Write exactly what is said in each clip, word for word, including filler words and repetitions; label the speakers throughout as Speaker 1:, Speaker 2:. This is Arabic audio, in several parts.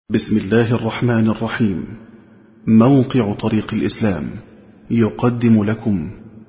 Speaker 1: بسم الله الرحمن الرحيم. موقع طريق الإسلام يقدم لكم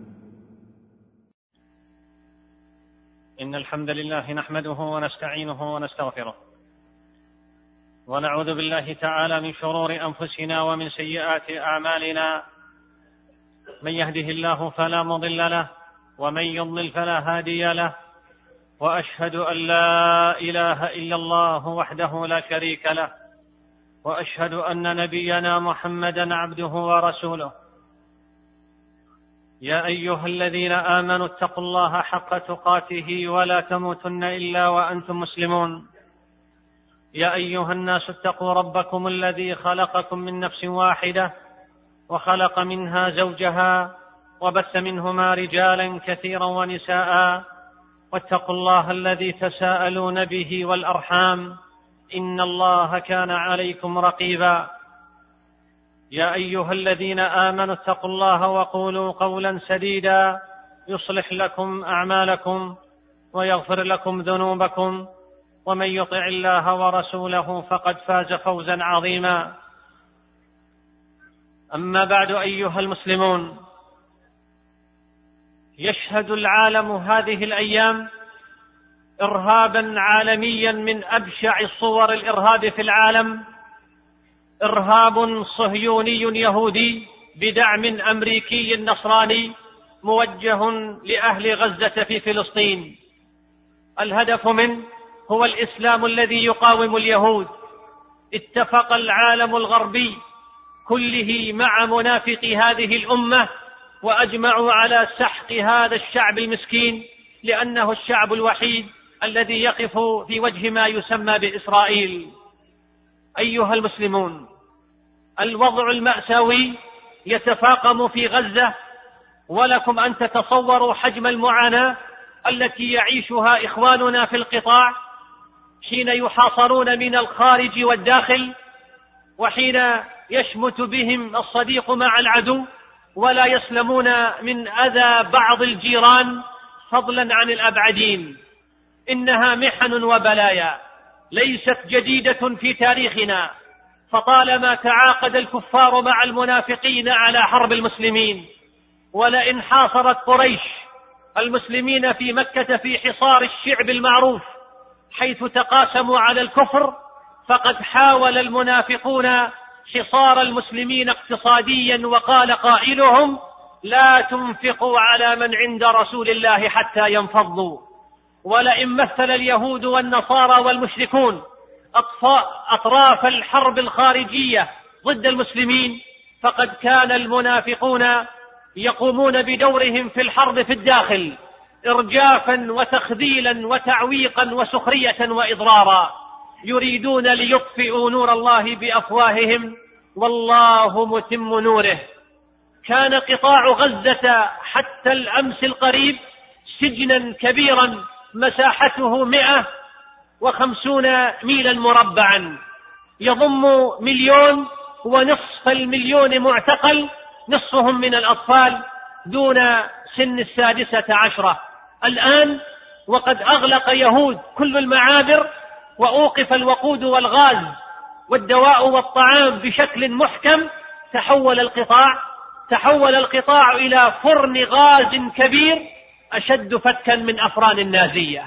Speaker 2: إن الحمد لله نحمده ونستعينه ونستغفره ونعوذ بالله تعالى من شرور أنفسنا ومن سيئات أعمالنا. من يهده الله فلا مضل له ومن يضلل فلا هادي له، وأشهد أن لا إله إلا الله وحده لا شريك له، وأشهد أن نبينا محمدا عبده ورسوله. يا أيها الذين آمنوا اتقوا الله حق تقاته ولا تموتن إلا وأنتم مسلمون. يا أيها الناس اتقوا ربكم الذي خلقكم من نفس واحدة وخلق منها زوجها وبث منهما رجالا كثيرا ونساء، واتقوا الله الذي تساءلون به والأرحام إن الله كان عليكم رقيبا. يا أيها الذين آمنوا اتقوا الله وقولوا قولا سديدا يصلح لكم أعمالكم ويغفر لكم ذنوبكم، ومن يطع الله ورسوله فقد فاز فوزا عظيما. أما بعد أيها المسلمون، يشهد العالم هذه الأيام إرهابا عالميا من أبشع صور الإرهاب في العالم، إرهاب صهيوني يهودي بدعم أمريكي نصراني موجه لأهل غزة في فلسطين. الهدف منه هو الإسلام الذي يقاوم اليهود. اتفق العالم الغربي كله مع منافق هذه الأمة وأجمعوا على سحق هذا الشعب المسكين، لأنه الشعب الوحيد الذي يقف في وجه ما يسمى بإسرائيل. أيها المسلمون، الوضع المأساوي يتفاقم في غزة، ولكم أن تتصوروا حجم المعاناة التي يعيشها إخواننا في القطاع حين يحاصرون من الخارج والداخل، وحين يشمت بهم الصديق مع العدو، ولا يسلمون من أذى بعض الجيران فضلا عن الأبعدين. إنها محن وبلايا ليست جديدة في تاريخنا، فطالما تعاقد الكفار مع المنافقين على حرب المسلمين. ولئن حاصرت قريش المسلمين في مكة في حصار الشعب المعروف حيث تقاسموا على الكفر، فقد حاول المنافقون حصار المسلمين اقتصاديا، وقال قائلهم: لا تنفقوا على من عند رسول الله حتى ينفضوا. ولئن مثل اليهود والنصارى والمشركون أطراف الحرب الخارجية ضد المسلمين، فقد كان المنافقون يقومون بدورهم في الحرب في الداخل إرجافا وتخذيلا وتعويقا وسخرية وإضرارا، يريدون ليطفئوا نور الله بأفواههم والله متم نوره. كان قطاع غزة حتى الأمس القريب سجنا كبيرا مساحته مئة وخمسون ميلا مربعا، يضم مليون ونصف المليون معتقل، نصفهم من الأطفال دون سن السادسة عشرة. الآن وقد أغلق يهود كل المعابر، وأوقف الوقود والغاز والدواء والطعام بشكل محكم، تحول القطاع تحول القطاع إلى فرن غاز كبير أشد فتكا من أفران النازية.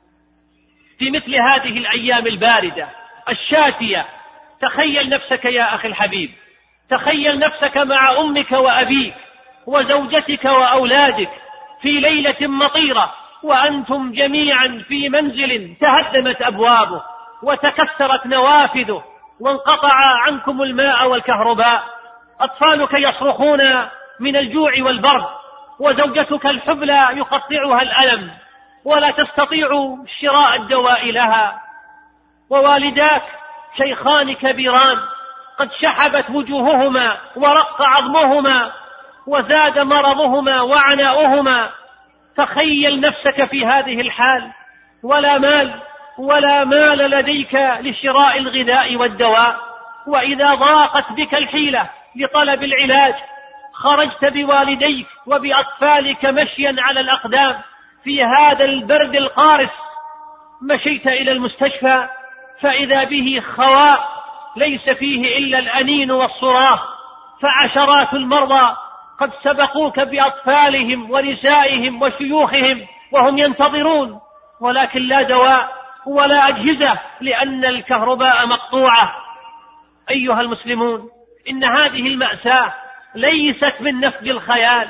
Speaker 2: في مثل هذه الأيام الباردة الشاتية، تخيل نفسك يا أخي الحبيب، تخيل نفسك مع أمك وأبيك وزوجتك وأولادك في ليلة مطيرة، وأنتم جميعا في منزل تهدمت أبوابه وتكسرت نوافذه وانقطع عنكم الماء والكهرباء. أطفالك يصرخون من الجوع والبرد، وزوجتك الحبلى يقطعها الألم ولا تستطيع شراء الدواء لها، ووالداك شيخان كبيران قد شحبت وجوههما ورق عظمهما وزاد مرضهما وعناؤهما. تخيل نفسك في هذه الحال، ولا مال ولا مال لديك لشراء الغذاء والدواء، وإذا ضاقت بك الحيلة لطلب العلاج خرجت بوالديك وبأطفالك مشيا على الأقدام في هذا البرد القارس، مشيت إلى المستشفى فإذا به خواء
Speaker 3: ليس فيه إلا الأنين والصراخ، فعشرات المرضى قد سبقوك بأطفالهم ونسائهم وشيوخهم وهم ينتظرون، ولكن لا دواء ولا أجهزة لأن الكهرباء مقطوعة. أيها المسلمون، إن هذه المأساة ليست من نسج الخيال،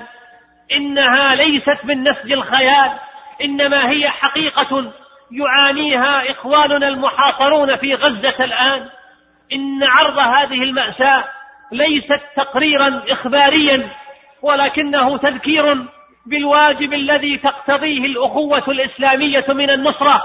Speaker 3: إنها ليست من نسج الخيال، إنما هي حقيقة يعانيها إخواننا المحاصرون في غزة الآن. إن عرض هذه المأساة ليست تقريرا إخباريا، ولكنه تذكير بالواجب الذي تقتضيه الأخوة الإسلامية من النصرة.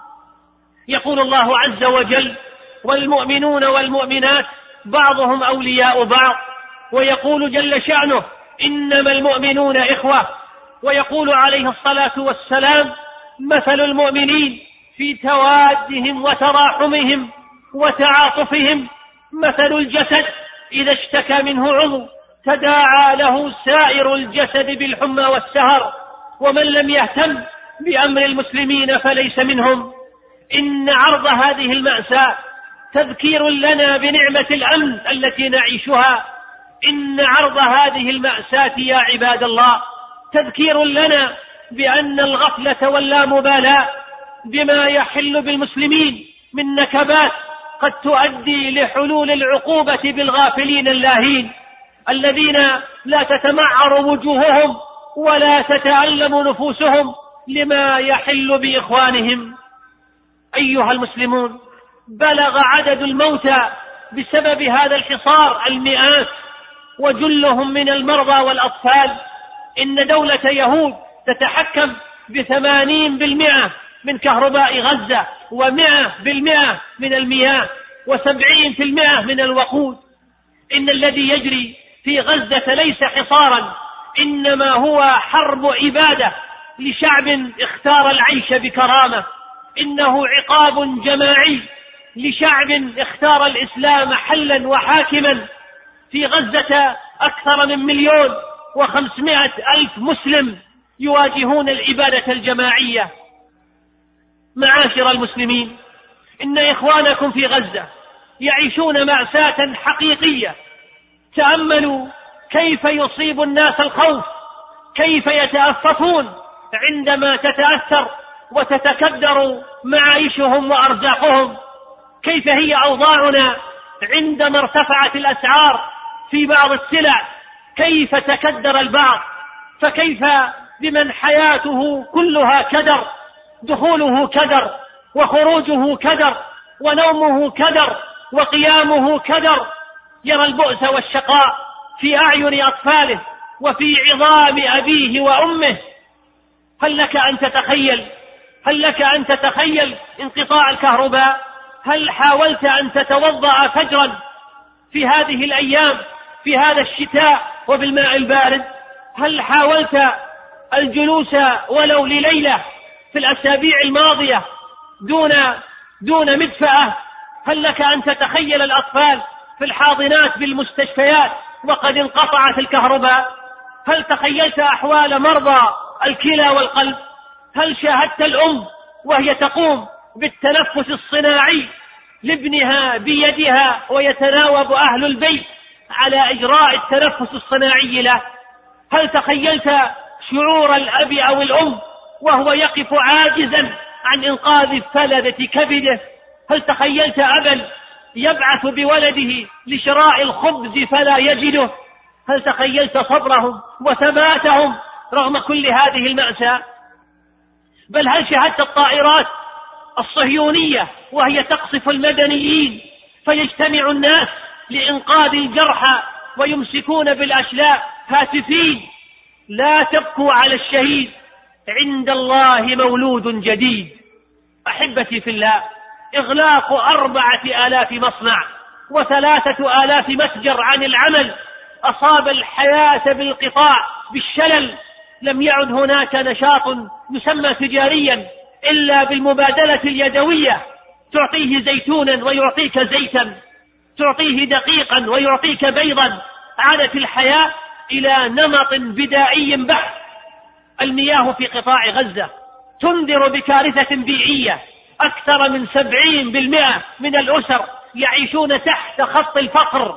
Speaker 3: يقول الله عز وجل: والمؤمنون والمؤمنات بعضهم أولياء بعض، ويقول جل شأنه: إنما المؤمنون إخوة، ويقول عليه الصلاة والسلام: مثل المؤمنين في توادهم وتراحمهم وتعاطفهم مثل الجسد إذا اشتكى منه عضو تداعى له سائر الجسد بالحمى والسهر، ومن لم يهتم بأمر المسلمين فليس منهم. إن عرض هذه المأساة تذكير لنا بنعمة الأمن التي نعيشها. إن عرض هذه المأساة يا عباد الله تذكير لنا بأن الغفلة واللامبالاة بما يحل بالمسلمين من نكبات قد تؤدي لحلول العقوبة بالغافلين اللاهين الذين لا تتمعر وجوههم ولا تتألم نفوسهم لما يحل بإخوانهم. أيها المسلمون، بلغ عدد الموتى بسبب هذا الحصار المئات، وجلهم من المرضى والأطفال. إن دولة يهود تتحكم بثمانين بالمئة من كهرباء غزة، ومئة بالمئة من المياه، وسبعين في المئة من الوقود. إن الذي يجري في غزة ليس حصارا، إنما هو حرب إبادة لشعب اختار العيش بكرامة. إنه عقاب جماعي لشعب اختار الإسلام حلا وحاكما. في غزة أكثر من مليون وخمسمائة ألف مسلم يواجهون الإبادة الجماعية. معاشر المسلمين، إن إخوانكم في غزة يعيشون مأساة حقيقية. تأملوا كيف يصيب الناس الخوف، كيف يتأففون عندما تتأثر وتتكدر معايشهم وأرزاقهم، كيف هي أوضاعنا عندما ارتفعت الأسعار في بعض السلع، كيف تكدر البعض، فكيف بمن حياته كلها كدر، دخوله كدر، وخروجه كدر، ونومه كدر، وقيامه كدر، يرى البؤس والشقاء في أعين أطفاله وفي عظام أبيه وأمه. هل لك أن تتخيل هل لك أن تتخيل انقطاع الكهرباء؟ هل حاولت أن تتوضأ فجرا في هذه الأيام في هذا الشتاء وبالماء البارد؟ هل حاولت الجلوس ولو لليلة في الأسابيع الماضية دون دون مدفأة؟ هل لك أن تتخيل الأطفال في الحاضنات بالمستشفيات وقد انقطعت الكهرباء؟ هل تخيلت أحوال مرضى الكلى والقلب؟ هل شاهدت الأم وهي تقوم بالتنفس الصناعي لابنها بيدها ويتناوب أهل البيت على إجراء التنفس الصناعي له؟ هل تخيلت شعور الأب أو الأم وهو يقف عاجزا عن إنقاذ فلذة كبده؟ هل تخيلت أبا يبعث بولده لشراء الخبز فلا يجده؟ هل تخيلت صبرهم وثباتهم رغم كل هذه المأساة؟ بل هل شاهدت الطائرات الصهيونية وهي تقصف المدنيين فيجتمع الناس لإنقاذ الجرحى ويمسكون بالأشلاء هاتفين: لا تبكوا على الشهيد، عند الله مولود جديد. أحبتي في الله، إغلاق أربعة آلاف مصنع وثلاثة آلاف متجر عن العمل أصاب الحياة بالقطاع بالشلل. لم يعد هناك نشاط يسمى تجاريا إلا بالمبادلة اليدوية، تعطيه زيتونا ويعطيك زيتا، تعطيه دقيقا ويعطيك بيضا. عادت الحياة إلى نمط بدائي بحت. المياه في قطاع غزة تنذر بكارثة بيئية. أكثر من سبعين بالمئة من الأسر يعيشون تحت خط الفقر.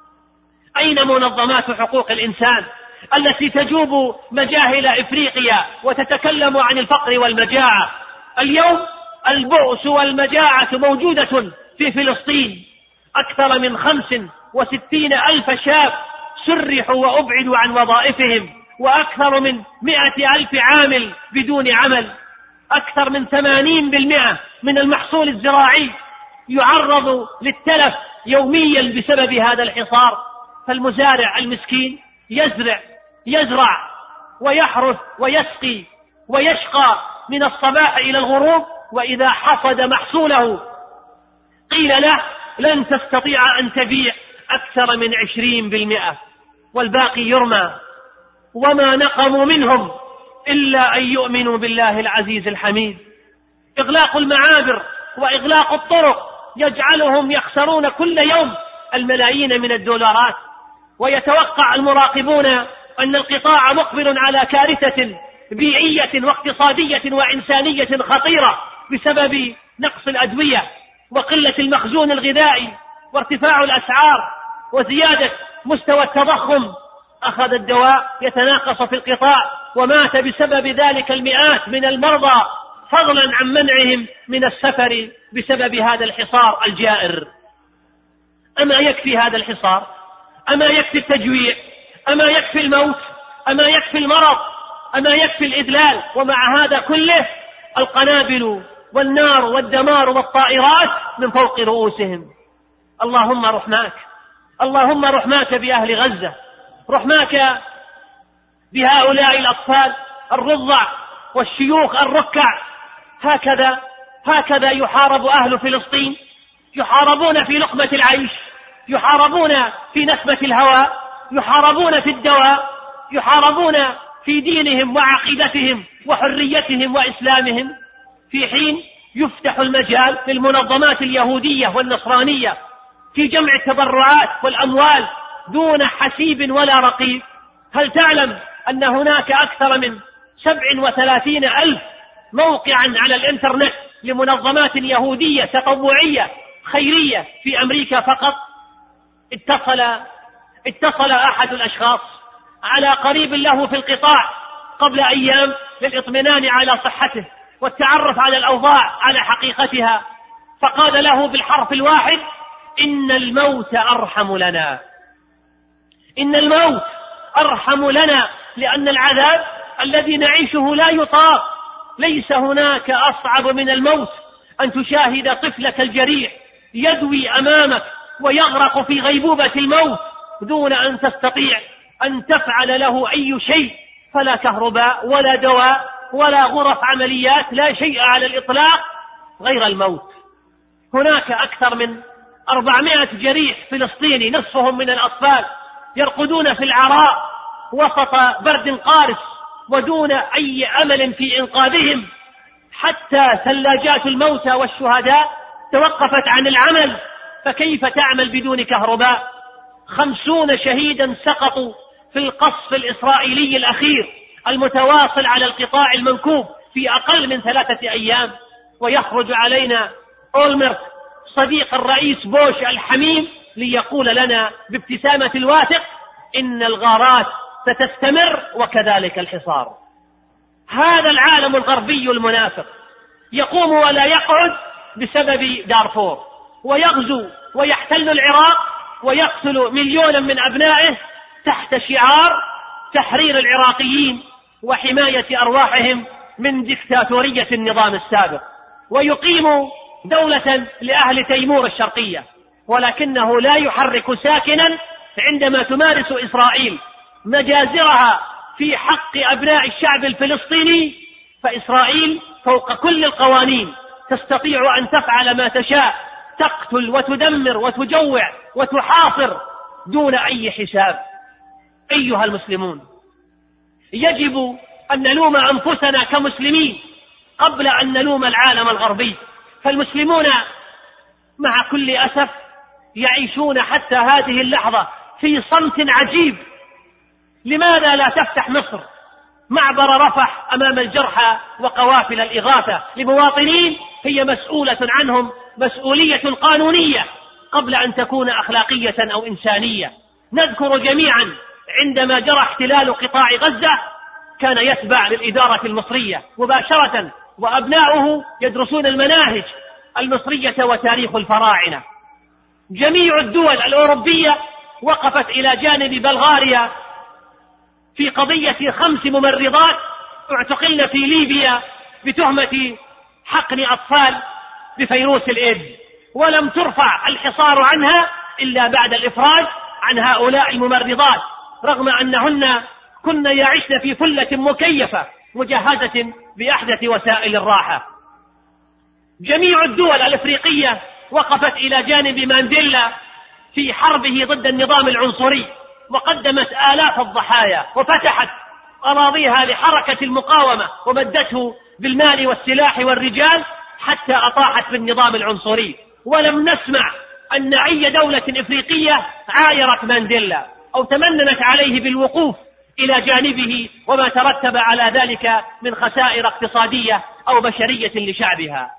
Speaker 3: أين منظمات حقوق الإنسان التي تجوب مجاهل إفريقيا وتتكلم عن الفقر والمجاعة؟ اليوم البؤس والمجاعة موجودة في فلسطين. أكثر من خمس وستين ألف شاب سرحوا وأبعدوا عن وظائفهم، وأكثر من مئة ألف عامل بدون عمل. أكثر من ثمانين بالمئة من المحصول الزراعي يعرض للتلف يوميا بسبب هذا الحصار. فالمزارع المسكين يزرع يزرع ويحرث ويسقي ويشقى من الصباح إلى الغروب، وإذا حصد محصوله قيل له لن تستطيع أن تبيع أكثر من عشرين بالمئة، والباقي يرمى. وما نقموا منهم إلا أن يؤمنوا بالله العزيز الحميد. إغلاق المعابر وإغلاق الطرق يجعلهم يخسرون كل يوم الملايين من الدولارات. ويتوقع المراقبون أن القطاع مقبل على كارثة بيئية واقتصادية وإنسانية خطيرة بسبب نقص الأدوية وقلة المخزون الغذائي وارتفاع الأسعار وزيادة مستوى التضخم. أخذ الدواء يتناقص في القطاع، ومات بسبب ذلك المئات من المرضى، فضلا عن منعهم من السفر بسبب هذا الحصار الجائر. أما يكفي هذا الحصار؟ أما يكفي التجويع؟ أما يكفي الموت؟ أما يكفي المرض؟ أما يكفي الإذلال؟ ومع هذا كله القنابل والنار والدمار والطائرات من فوق رؤوسهم. اللهم رحماك، اللهم رحماك بأهل غزة، رحماك بهؤلاء الأطفال الرضع والشيوخ الركع. هكذا هكذا يحارب أهل فلسطين، يحاربون في لقمة العيش، يحاربون في نسمة الهواء، يحاربون في الدواء، يحاربون في دينهم وعقيدتهم وحريتهم وإسلامهم، في حين يفتح المجال للمنظمات اليهودية والنصرانية في جمع التبرعات والأموال دون حسيب ولا رقيب. هل تعلم أن هناك أكثر من سبع وثلاثين ألف موقعا على الإنترنت لمنظمات يهودية تطوعية خيرية في أمريكا فقط؟ اتصل اتصل أحد الأشخاص على قريب له في القطاع قبل أيام للإطمئنان على صحته والتعرف على الأوضاع على حقيقتها، فقال له بالحرف الواحد: إن الموت أرحم لنا، إن الموت أرحم لنا، لأن العذاب الذي نعيشه لا يطاق. ليس هناك أصعب من الموت أن تشاهد طفلك الجريح يدوي أمامك ويغرق في غيبوبة الموت دون أن تستطيع أن تفعل له أي شيء، فلا كهرباء ولا دواء ولا غرف عمليات، لا شيء على الإطلاق غير الموت. هناك أكثر من أربعمائة جريح فلسطيني نصفهم من الأطفال يرقدون في العراء وسط برد قارس ودون أي أمل في إنقاذهم، حتى ثلاجات الموتى والشهداء توقفت عن العمل، فكيف تعمل بدون كهرباء؟ خمسون شهيدا سقطوا في القصف الإسرائيلي الأخير المتواصل على القطاع المنكوب في أقل من ثلاثة أيام. ويخرج علينا أولمرت صديق الرئيس بوش الحميم ليقول لنا بابتسامة الواثق إن الغارات ستستمر وكذلك الحصار. هذا العالم الغربي المنافق يقوم ولا يقعد بسبب دارفور، ويغزو ويحتل العراق ويقتل مليونا من أبنائه تحت شعار تحرير العراقيين وحماية أرواحهم من ديكتاتورية النظام السابق، ويقيم دولة لأهل تيمور الشرقية، ولكنه لا يحرك ساكنا عندما تمارس إسرائيل مجازرها في حق أبناء الشعب الفلسطيني. فإسرائيل فوق كل القوانين تستطيع أن تفعل ما تشاء، تقتل وتدمر وتجوع وتحاصر دون أي حساب. أيها المسلمون، يجب أن نلوم أنفسنا كمسلمين قبل أن نلوم العالم الغربي. فالمسلمون مع كل أسف يعيشون حتى هذه اللحظة في صمت عجيب. لماذا لا تفتح مصر معبر رفح أمام الجرحى وقوافل الإغاثة لمواطنين هي مسؤولة عنهم مسؤولية قانونية، قبل أن تكون أخلاقية أو إنسانية. نذكر جميعا عندما جرى احتلال قطاع غزة كان يتبع للإدارة المصرية مباشرة، وأبناؤه يدرسون المناهج المصرية وتاريخ الفراعنة. جميع الدول الأوروبية وقفت إلى جانب بلغاريا في قضية خمس ممرضات اعتقلن في ليبيا بتهمة حقن أطفال بفيروس الإيدز، ولم ترفع الحصار عنها إلا بعد الإفراج عن هؤلاء الممرضات، رغم أنهن كن يعيشن في فلة مكيفة مجهزة بأحدث وسائل الراحة. جميع الدول الأفريقية وقفت إلى جانب مانديلا في حربه ضد النظام العنصري، وقدمت آلاف الضحايا وفتحت أراضيها لحركة المقاومة ومدته بالمال والسلاح والرجال حتى أطاحت بالنظام العنصري. ولم نسمع أن أي دولة إفريقية عايرت مانديلا أو تمننت عليه بالوقوف إلى جانبه وما ترتب على ذلك من خسائر اقتصادية أو بشرية لشعبها.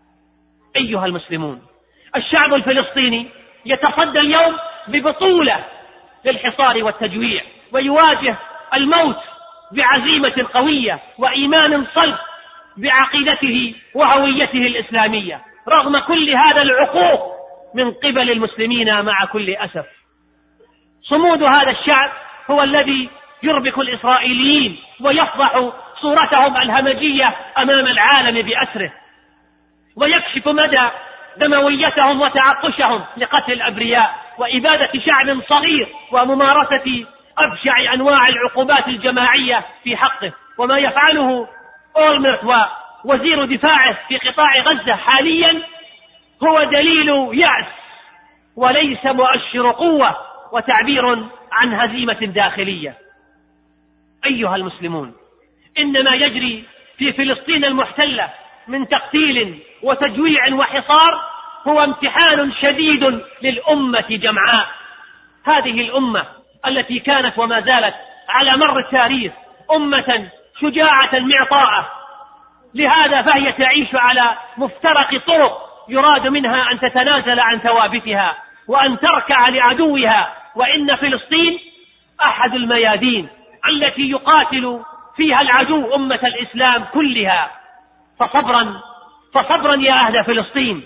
Speaker 3: أيها المسلمون، الشعب الفلسطيني يتصدى اليوم ببطولة للحصار والتجويع، ويواجه الموت بعزيمة قوية وإيمان صلب بعقيدته وهويته الإسلامية، رغم كل هذا العقوق من قبل المسلمين. مع كل أسف صمود هذا الشعب هو الذي يربك الإسرائيليين ويفضح صورتهم الهمجية أمام العالم بأسره، ويكشف مدى دمويتهم وتعطشهم لقتل الأبرياء وإبادة شعب صغير وممارسة أبشع أنواع العقوبات الجماعية في حقه. وما يفعله أولمرت ووزير دفاعه في قطاع غزة حاليا هو دليل يأس وليس مؤشر قوة وتعبير عن هزيمة داخلية. أيها المسلمون، إن ما يجري في فلسطين المحتلة من تقتيل وتجويع وحصار هو امتحان شديد للأمة جمعاء. هذه الأمة التي كانت وما زالت على مر التاريخ أمة شجاعة معطاءة، لهذا فهي تعيش على مفترق طرق يراد منها أن تتنازل عن ثوابتها وأن تركع لعدوها. وإن فلسطين أحد الميادين التي يقاتل فيها العدو أمة الإسلام كلها. فصبرا فصبرا يا أهل فلسطين،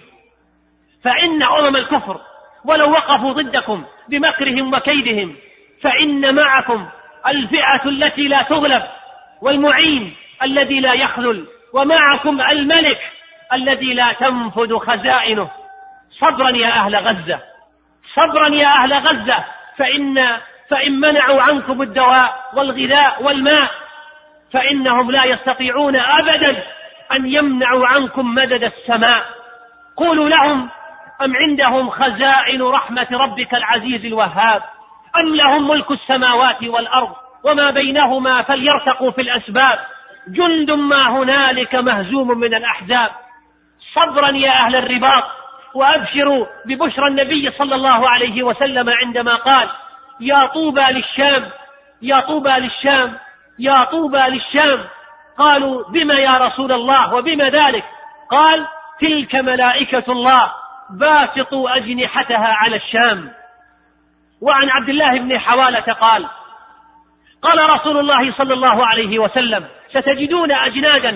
Speaker 3: فإن أمم الكفر ولو وقفوا ضدكم بمكرهم وكيدهم فإن معكم الفئة التي لا تغلب والمعين الذي لا يخذل، ومعكم الملك الذي لا تنفذ خزائنه. صبرا يا أهل غزة، صبرا يا أهل غزة، فإن فإن منعوا عنكم الدواء والغذاء والماء فإنهم لا يستطيعون أبدا أن يمنعوا عنكم مدد السماء. قولوا لهم: أم عندهم خزائن رحمة ربك العزيز الوهاب، أم لهم ملك السماوات والأرض وما بينهما فليرتقوا في الأسباب، جند ما هنالك مهزوم من الأحزاب. صبرا يا أهل الرباط، وأبشروا ببشرى النبي صلى الله عليه وسلم عندما قال: يا طوبى للشام، يا طوبى للشام، يا طوبى للشام. قالوا: بما يا رسول الله وبما ذلك؟ قال: تلك ملائكة الله باسطوا أجنحتها على الشام. وعن عبد الله بن حوالة قال: قال رسول الله صلى الله عليه وسلم: ستجدون أجنادا،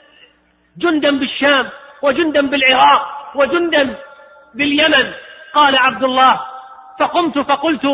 Speaker 3: جندا بالشام وجندا بالعراق وجندا باليمن. قال عبد الله: فقمت فقلت: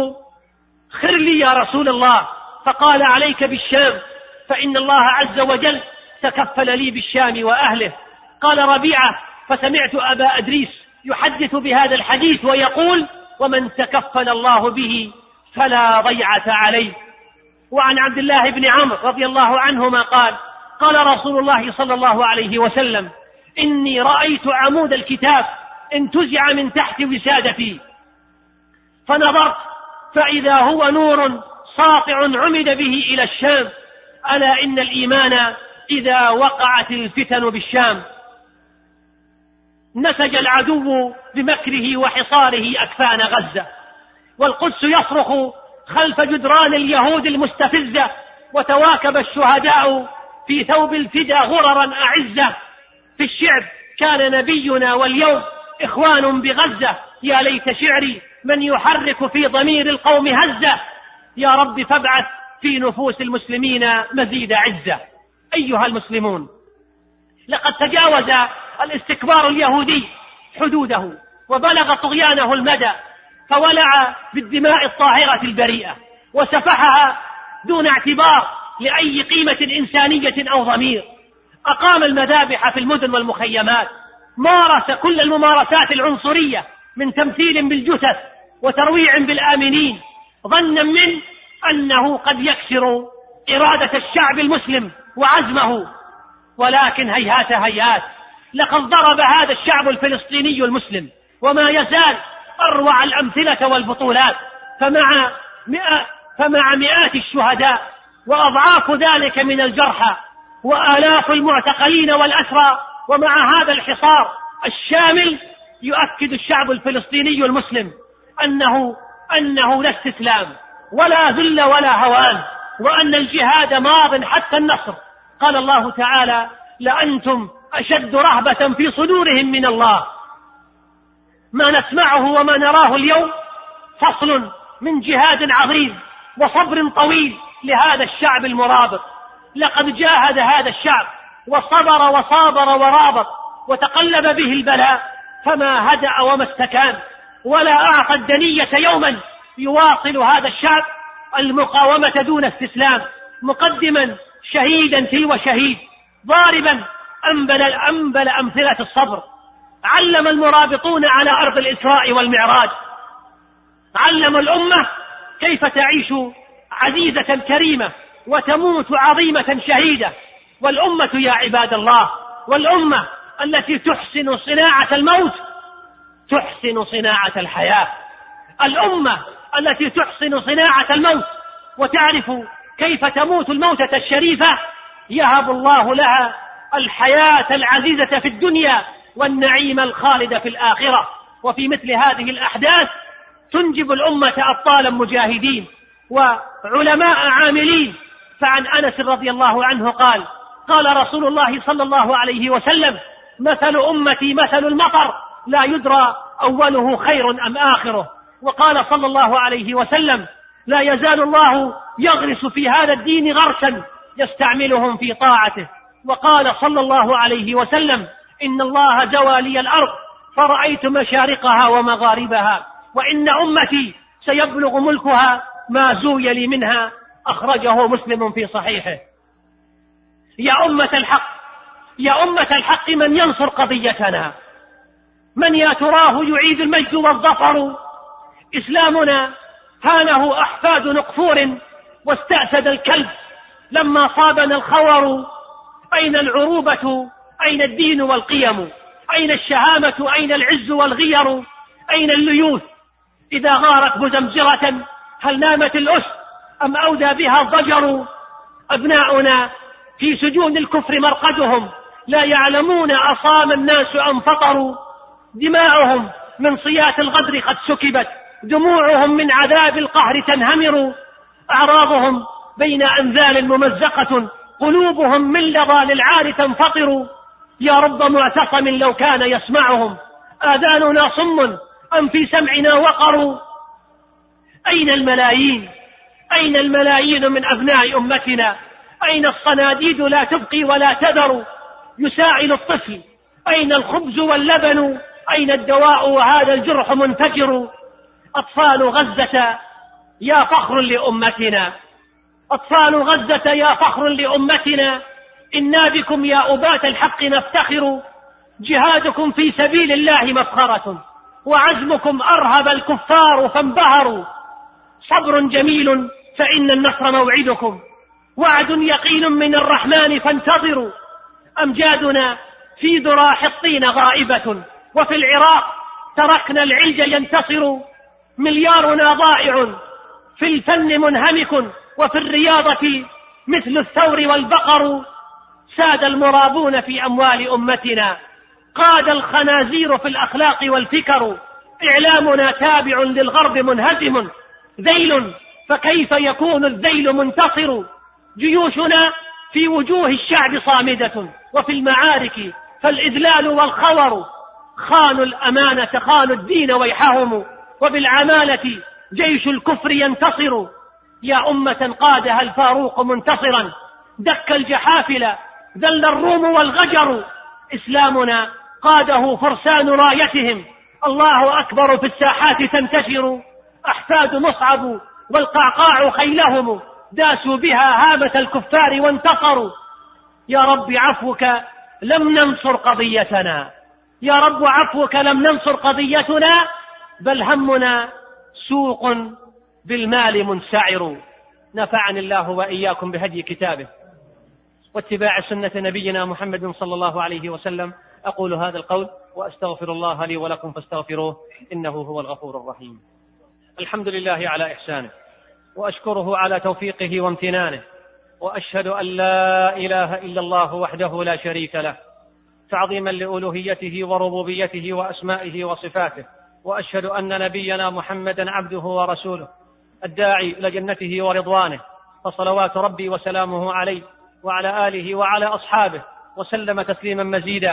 Speaker 3: خر لي يا رسول الله. فقال: عليك بالشام، فإن الله عز وجل تكفل لي بالشام وأهله. قال ربيعة: فسمعت أبا أدريس يحدث بهذا الحديث ويقول: ومن تكفل الله به فلا ضيعة عليه. وعن عبد الله بن عمرو رضي الله عنهما قال: قال رسول الله صلى الله عليه وسلم: إني رأيت عمود الكتاب انتزع من تحت وسادتي، فنظرت فإذا هو نور ساطع عمد به إلى الشام. ألا إن الإيمان إذا وقعت الفتن بالشام نسج العدو بمكره وحصاره أكفان غزة، والقدس يصرخ خلف جدران اليهود المستفزة، وتواكب الشهداء في ثوب الفدا غررا أعزة. في الشعب كان نبينا واليوم إخوان بغزة، يا ليت شعري من يحرك في ضمير القوم هزة، يا رب فابعث في نفوس المسلمين مزيد عزة. أيها المسلمون، لقد تجاوز الاستكبار اليهودي حدوده وبلغ طغيانه المدى، فولع بالدماء الطاهرة البريئة وسفحها دون اعتبار لأي قيمة إنسانية أو ضمير. أقام المذابح في المدن والمخيمات، مارس كل الممارسات العنصرية من تمثيل بالجثث وترويع بالآمنين، ظنا من أنه قد يكسر إرادة الشعب المسلم وعزمه، ولكن هيهات هيهات، لقد ضرب هذا الشعب الفلسطيني المسلم وما يزال أروع الأمثلة والبطولات، فمع مئة فمع مئات الشهداء وأضعاف ذلك من الجرحى وآلاف المعتقلين والأسرى، ومع هذا الحصار الشامل يؤكد الشعب الفلسطيني المسلم أنه أنه لا استسلام ولا ذل ولا هوان، وأن الجهاد ماض حتى النصر. قال الله تعالى: لأنتم أشد رهبة في صدورهم من الله. ما نسمعه وما نراه اليوم فصل من جهاد عظيم وصبر طويل لهذا الشعب المرابط. لقد جاهد هذا الشعب وصبر وصابر ورابط وتقلب به البلاء، فما هدأ وما استكان ولا أعطى الدنية يوما. يواصل هذا الشعب المقاومة دون استسلام، مقدما شهيدا تلو شهيد، ضاربا أنبل, أنبل أمثلة الصبر. علم المرابطون على أرض الإسراء والمعراج، علم الأمة كيف تعيش عزيزة كريمة وتموت عظيمة شهيدة. والأمة يا عباد الله، والأمة التي تحسن صناعة الموت تحسن صناعة الحياة، الأمة التي تحسن صناعة الموت وتعرف كيف تموت الموتة الشريفة، يهب الله لها الحياة العزيزة في الدنيا والنعيم الخالد في الآخرة. وفي مثل هذه الأحداث تنجب الأمة أبطالا مجاهدين وعلماء عاملين. فعن أنس رضي الله عنه قال: قال رسول الله صلى الله عليه وسلم: مثل أمتي مثل المطر، لا يدرى أوله خير أم آخره. وقال صلى الله عليه وسلم: لا يزال الله يغرس في هذا الدين غرسا يستعملهم في طاعته. وقال صلى الله عليه وسلم: إن الله زوى لي الأرض فرأيت مشارقها ومغاربها، وإن أمتي سيبلغ ملكها ما زوي لي منها. أخرجه مسلم في صحيحه. يا أمة الحق، يا أمة الحق، من ينصر قضيتنا؟ من يا تراه يعيد المجد والظفر؟ إسلامنا هانه أحفاد نقفور واستأسد الكلب لما صابنا الخور. أين العروبة؟ أين الدين والقيم؟ أين الشهامة؟ أين العز والغير؟ أين الليوث إذا غارت مزمجرة؟ هل نامت الأس أم أودى بها الضجر؟ أبناؤنا في سجون الكفر مرقدهم، لا يعلمون أصام الناس أم فطروا. دماؤهم من صيات الغدر قد سكبت، دموعهم من عذاب القهر تنهمر. أعراضهم بين أنذال ممزقة، قلوبهم من لظى للعار تنفطر. يا رب معتصم لو كان يسمعهم، آذاننا صم أم في سمعنا وقر. أين الملايين؟ أين الملايين من أبناء أمتنا؟ أين الصناديد لا تبقي ولا تذر يساعد الطفل؟ أين الخبز واللبن؟ أين الدواء وهذا الجرح منفجر؟ أطفال غزة يا فخر لأمتنا، أطفال غزة يا فخر لأمتنا، إنا بكم يا أبات الحق نفتخر. جهادكم في سبيل الله مفخرة، وعزمكم أرهب الكفار فانبهروا. صبر جميل فإن النصر موعدكم، وعد يقين من الرحمن فانتظروا. أمجادنا في ذرى حطين غائبة، وفي العراق تركنا العلج ينتصر. مليارنا ضائع في الفن منهمك، وفي الرياضة مثل الثور والبقر. ساد المرابون في أموال أمتنا، قاد الخنازير في الأخلاق والفكر. إعلامنا تابع للغرب منهزم، ذيل فكيف يكون الذيل منتصر. جيوشنا في وجوه الشعب صامدة، وفي المعارك فالإذلال والخور. خانوا الأمانة، خانوا الدين ويحهم، وبالعمالة جيش الكفر ينتصر. يا أمة قادها الفاروق منتصرا، دك الجحافل ذل الروم والغجر. إسلامنا قاده فرسان رايتهم، الله أكبر في الساحات تنتشر. أحفاد مصعب والقعقاع خيلهم، داسوا بها هامة الكفار وانتصروا. يا رب عفوك لم ننصر قضيتنا، يا رب عفوك لم ننصر قضيتنا، بل همنا سوق بالمال منسعر. نفعني الله وإياكم بهدي كتابه واتباع سنة نبينا محمد صلى الله عليه وسلم. أقول هذا القول وأستغفر الله لي ولكم فاستغفروه إنه هو الغفور الرحيم. الحمد لله على إحسانه، وأشكره على توفيقه وامتنانه، وأشهد أن لا إله إلا الله وحده لا شريك له، تعظيما لألوهيته وربوبيته وأسمائه وصفاته. وأشهد أن نبينا محمدا عبده ورسوله الداعي إلى جنته ورضوانه، فصلوات ربي وسلامه عليه وعلى آله وعلى أصحابه وسلم تسليما مزيدا.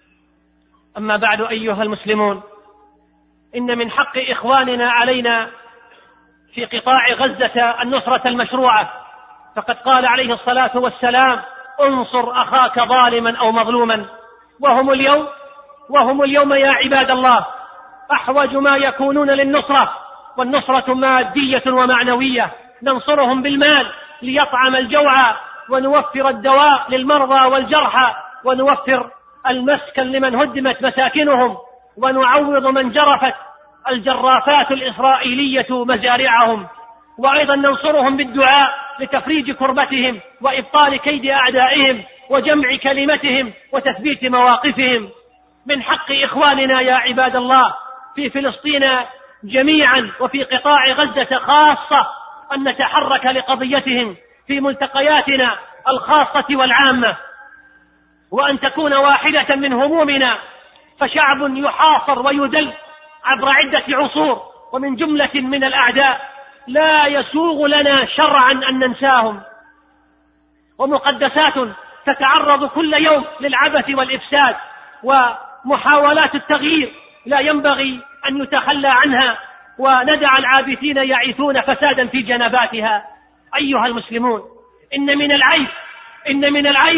Speaker 3: أما بعد أيها المسلمون، إن من حق إخواننا علينا في قطاع غزة النصرة المشروعة، فقد قال عليه الصلاة والسلام: انصر أخاك ظالما أو مظلوما. وهم اليوم وهم اليوم يا عباد الله أحوج ما يكونون للنصرة، والنصرة مادية ومعنوية. ننصرهم بالمال ليطعم الجوع، ونوفر الدواء للمرضى والجرحى، ونوفر المسكن لمن هدمت مساكنهم، ونعوض من جرفت الجرافات الإسرائيلية مزارعهم. وأيضا ننصرهم بالدعاء لتفريج كربتهم وإبطال كيد أعدائهم وجمع كلمتهم وتثبيت مواقفهم. من حق إخواننا يا عباد الله في فلسطين جميعا وفي قطاع غزة خاصة أن نتحرك لقضيتهم في ملتقياتنا الخاصة والعامة، وأن تكون واحدة من همومنا. فشعب يحاصر ويدل عبر عدة عصور ومن جملة من الأعداء لا يسوغ لنا شرعا أن ننساهم، ومقدسات تتعرض كل يوم للعبث والإفساد، ومحاولات التغيير لا ينبغي أن يتخلى عنها، وندع العابثين يعيثون فسادا في جنباتها. أيها المسلمون، إن من العيب إن من العيب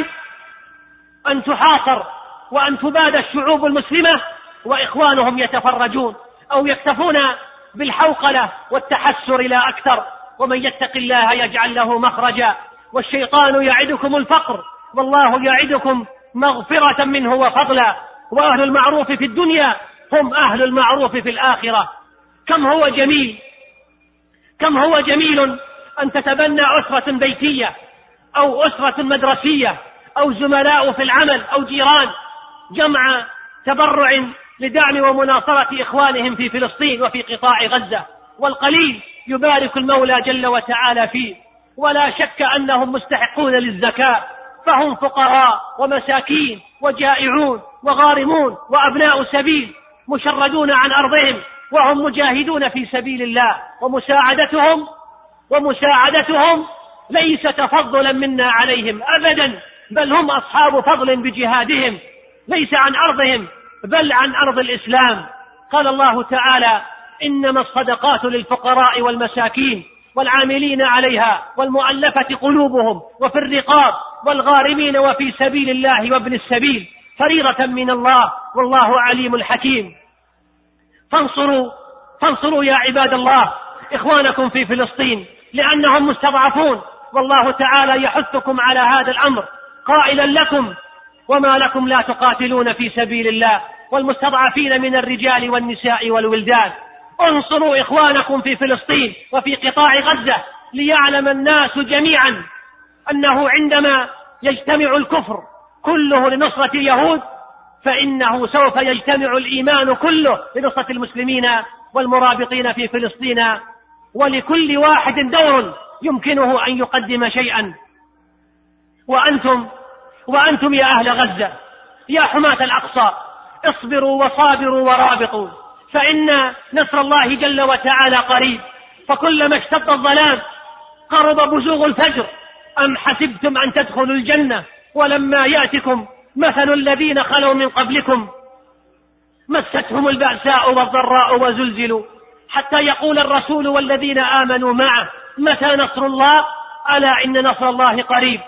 Speaker 3: أن تحاصر وأن تباد الشعوب المسلمة وإخوانهم يتفرجون أو يكتفون بالحوقلة والتحسر لا أكثر. ومن يتق الله يجعل له مخرجا، والشيطان يعدكم الفقر والله يعدكم مغفرة منه وفضلا، وأهل المعروف في الدنيا هم أهل المعروف في الآخرة. كم هو جميل كم هو جميل أن تتبنى أسرة بيتية أو أسرة مدرسية أو زملاء في العمل أو جيران جمع تبرع لدعم ومناصرة إخوانهم في فلسطين وفي قطاع غزة، والقليل يبارك المولى جل وتعالى فيه. ولا شك أنهم مستحقون للزكاة، فهم فقراء ومساكين وجائعون وغارمون وأبناء سبيل مشردون عن أرضهم، وهم مجاهدون في سبيل الله. ومساعدتهم ومساعدتهم ليس تفضلا منا عليهم أبدا، بل هم أصحاب فضل بجهادهم، ليس عن أرضهم بل عن أرض الإسلام. قال الله تعالى: إنما الصدقات للفقراء والمساكين والعاملين عليها والمؤلفة قلوبهم وفي الرقاب والغارمين وفي سبيل الله وابن السبيل فريضة من الله والله عليم حكيم. فانصروا فانصروا يا عباد الله إخوانكم في فلسطين لأنهم مستضعفون، والله تعالى يحثكم على هذا الأمر قائلا لكم: وما لكم لا تقاتلون في سبيل الله والمستضعفين من الرجال والنساء والولدان. انصروا إخوانكم في فلسطين وفي قطاع غزة ليعلم الناس جميعا أنه عندما يجتمع الكفر كله لنصرة اليهود فإنه سوف يجتمع الإيمان كله لنصرة المسلمين والمرابطين في فلسطين، ولكل واحد دور يمكنه أن يقدم شيئا. وأنتم وأنتم يا أهل غزة يا حماة الأقصى اصبروا وصابروا ورابطوا، فإن نصر الله جل وتعالى قريب. فكلما اشتد الظلام قرب بزوغ الفجر. أم حسبتم أن تدخلوا الجنة ولما يأتكم مثل الذين خلوا من قبلكم مستهم البأساء والضراء وزلزلوا حتى يقول الرسول والذين آمنوا معه متى نصر الله؟ ألا إن نصر الله قريب.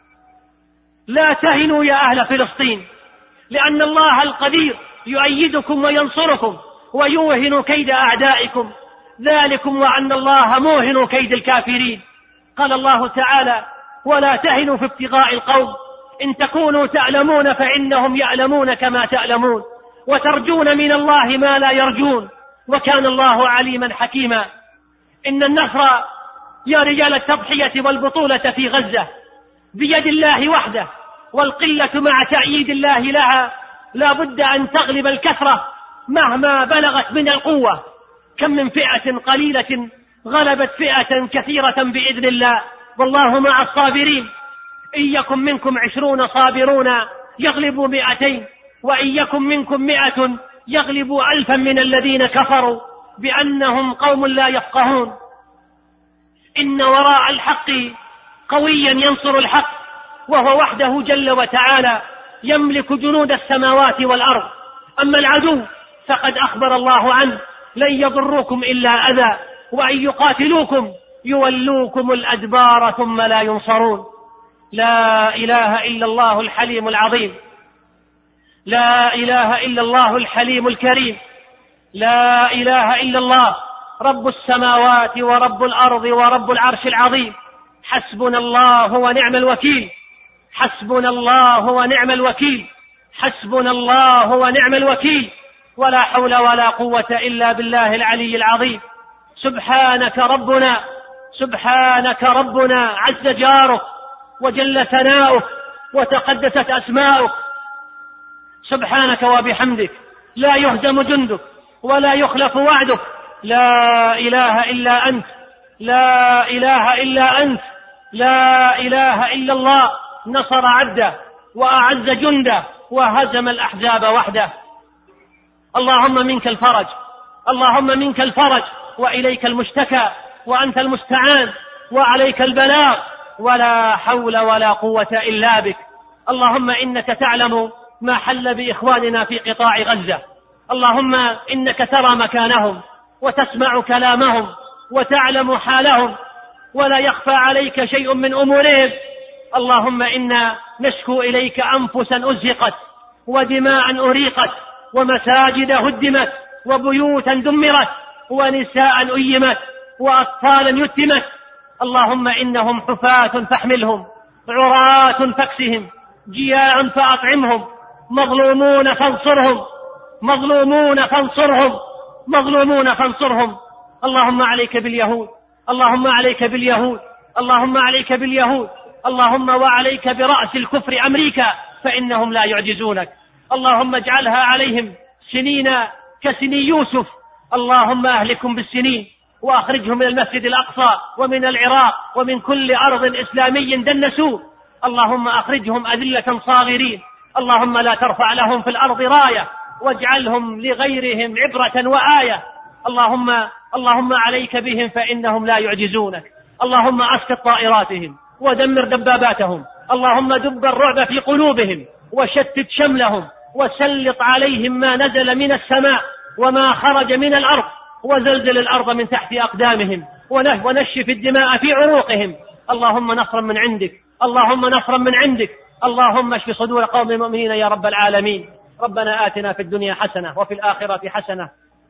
Speaker 3: لا تهنوا يا أهل فلسطين، لأن الله القدير يؤيدكم وينصركم ويوهن كيد أعدائكم، ذلكم وأن الله موهن كيد الكافرين. قال الله تعالى: ولا تهنوا في ابتغاء القوم إن تكونوا تعلمون فإنهم يعلمون كما تعلمون وترجون من الله ما لا يرجون وكان الله عليما حكيما. إن النصر يا رجال التضحية والبطولة في غزة بيد الله وحده، والقلة مع تأييد الله لها لا بد أن تغلب الكثرة مهما بلغت من القوة. كم من فئة قليلة غلبت فئة كثيرة بإذن الله، والله مع الصابرين. إن يكن منكم عشرون صابرون يغلبوا مئتين، وإن يكن منكم مئة يغلبوا ألفا من الذين كفروا بأنهم قوم لا يفقهون. إن وراء الحق قويا ينصر الحق، وهو وحده جل وتعالى يملك جنود السماوات والأرض. أما العدو فقد أخبر الله عنه: لن يضروكم إلا أذى، وإن يقاتلوكم يولوكم الأدبار ثم لا ينصرون. لا إله إلا الله الحليم العظيم، لا إله إلا الله الحليم الكريم، لا إله إلا الله رب السماوات ورب الأرض ورب العرش العظيم. حسبنا الله ونعم الوكيل، حسبنا الله ونعم الوكيل، حسبنا الله ونعم الوكيل، ولا حول ولا قوة إلا بالله العلي العظيم. سبحانك ربنا، سبحانك ربنا عز جارك وجل ثناؤك وتقدست أسماؤك. سبحانك وبحمدك لا يهزم جندك ولا يخلف وعدك. لا إله إلا أنت، لا إله إلا أنت، لا إله إلا الله. نصر عبده وأعز جنده وهزم الأحزاب وحده. اللهم منك الفرج، اللهم منك الفرج، وإليك المشتكى، وأنت المستعان، وعليك البلاغ، ولا حول ولا قوة إلا بك. اللهم إنك تعلم ما حل بإخواننا في قطاع غزة، اللهم إنك ترى مكانهم وتسمع كلامهم وتعلم حالهم ولا يخفى عليك شيء من أمورهم. اللهم إنا نشكو إليك أنفسا أزهقت ودماء أريقت ومساجد هدمت وبيوتا دمرت ونساء أيمت وأطفالا يتمت. اللهم إنهم حفاة فاحملهم، عراة فاكسهم، جياع فأطعمهم، مظلومون فانصرهم، مظلومون فانصرهم، مظلومون فانصرهم. اللهم عليك باليهود، اللهم عليك باليهود، اللهم عليك باليهود، اللهم وعليك برأس الكفر أمريكا فإنهم لا يعجزونك. اللهم اجعلها عليهم سنين كسني يوسف. اللهم أهلكم بالسنين وأخرجهم من المسجد الأقصى ومن العراق ومن كل أرض إسلامي دنسوه. اللهم أخرجهم أذلة صاغرين. اللهم لا ترفع لهم في الأرض راية واجعلهم لغيرهم عبرة وآية. اللهم اللهم عليك بهم فإنهم لا يعجزونك. اللهم أسقط طائراتهم ودمر دباباتهم. اللهم دب الرعب في قلوبهم وشتت شملهم وسلط عليهم ما نزل من السماء وما خرج من الأرض، وزلزل الأرض من تحت أقدامهم ونشف الدماء في عروقهم. اللهم نصرا من عندك، اللهم نصرا من عندك. اللهم اشف صدور قوم المؤمنين يا رب العالمين. ربنا آتنا في الدنيا حسنة وفي الآخرة حسنة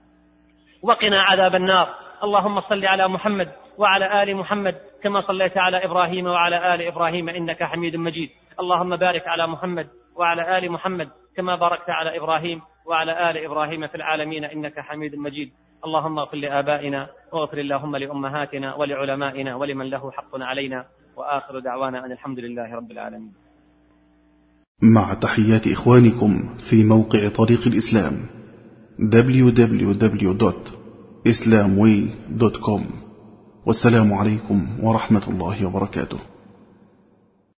Speaker 3: وقنا عذاب النار. اللهم صل على محمد وعلى آل محمد كما صليت على إبراهيم وعلى آل إبراهيم إنك حميد مجيد. اللهم بارك على محمد وعلى آل محمد كما باركت على إبراهيم وعلى آل إبراهيم في العالمين إنك حميد مجيد. اللهم اغفر لآبائنا واغفر اللهم لأمهاتنا ولعلمائنا ولمن له حق علينا، وآخر دعوانا أن الحمد لله رب العالمين.
Speaker 1: مع تحيات إخوانكم في موقع طريق الإسلام دبليو دبليو دبليو دوت إسلام واي دوت كوم. والسلام عليكم ورحمة الله وبركاته.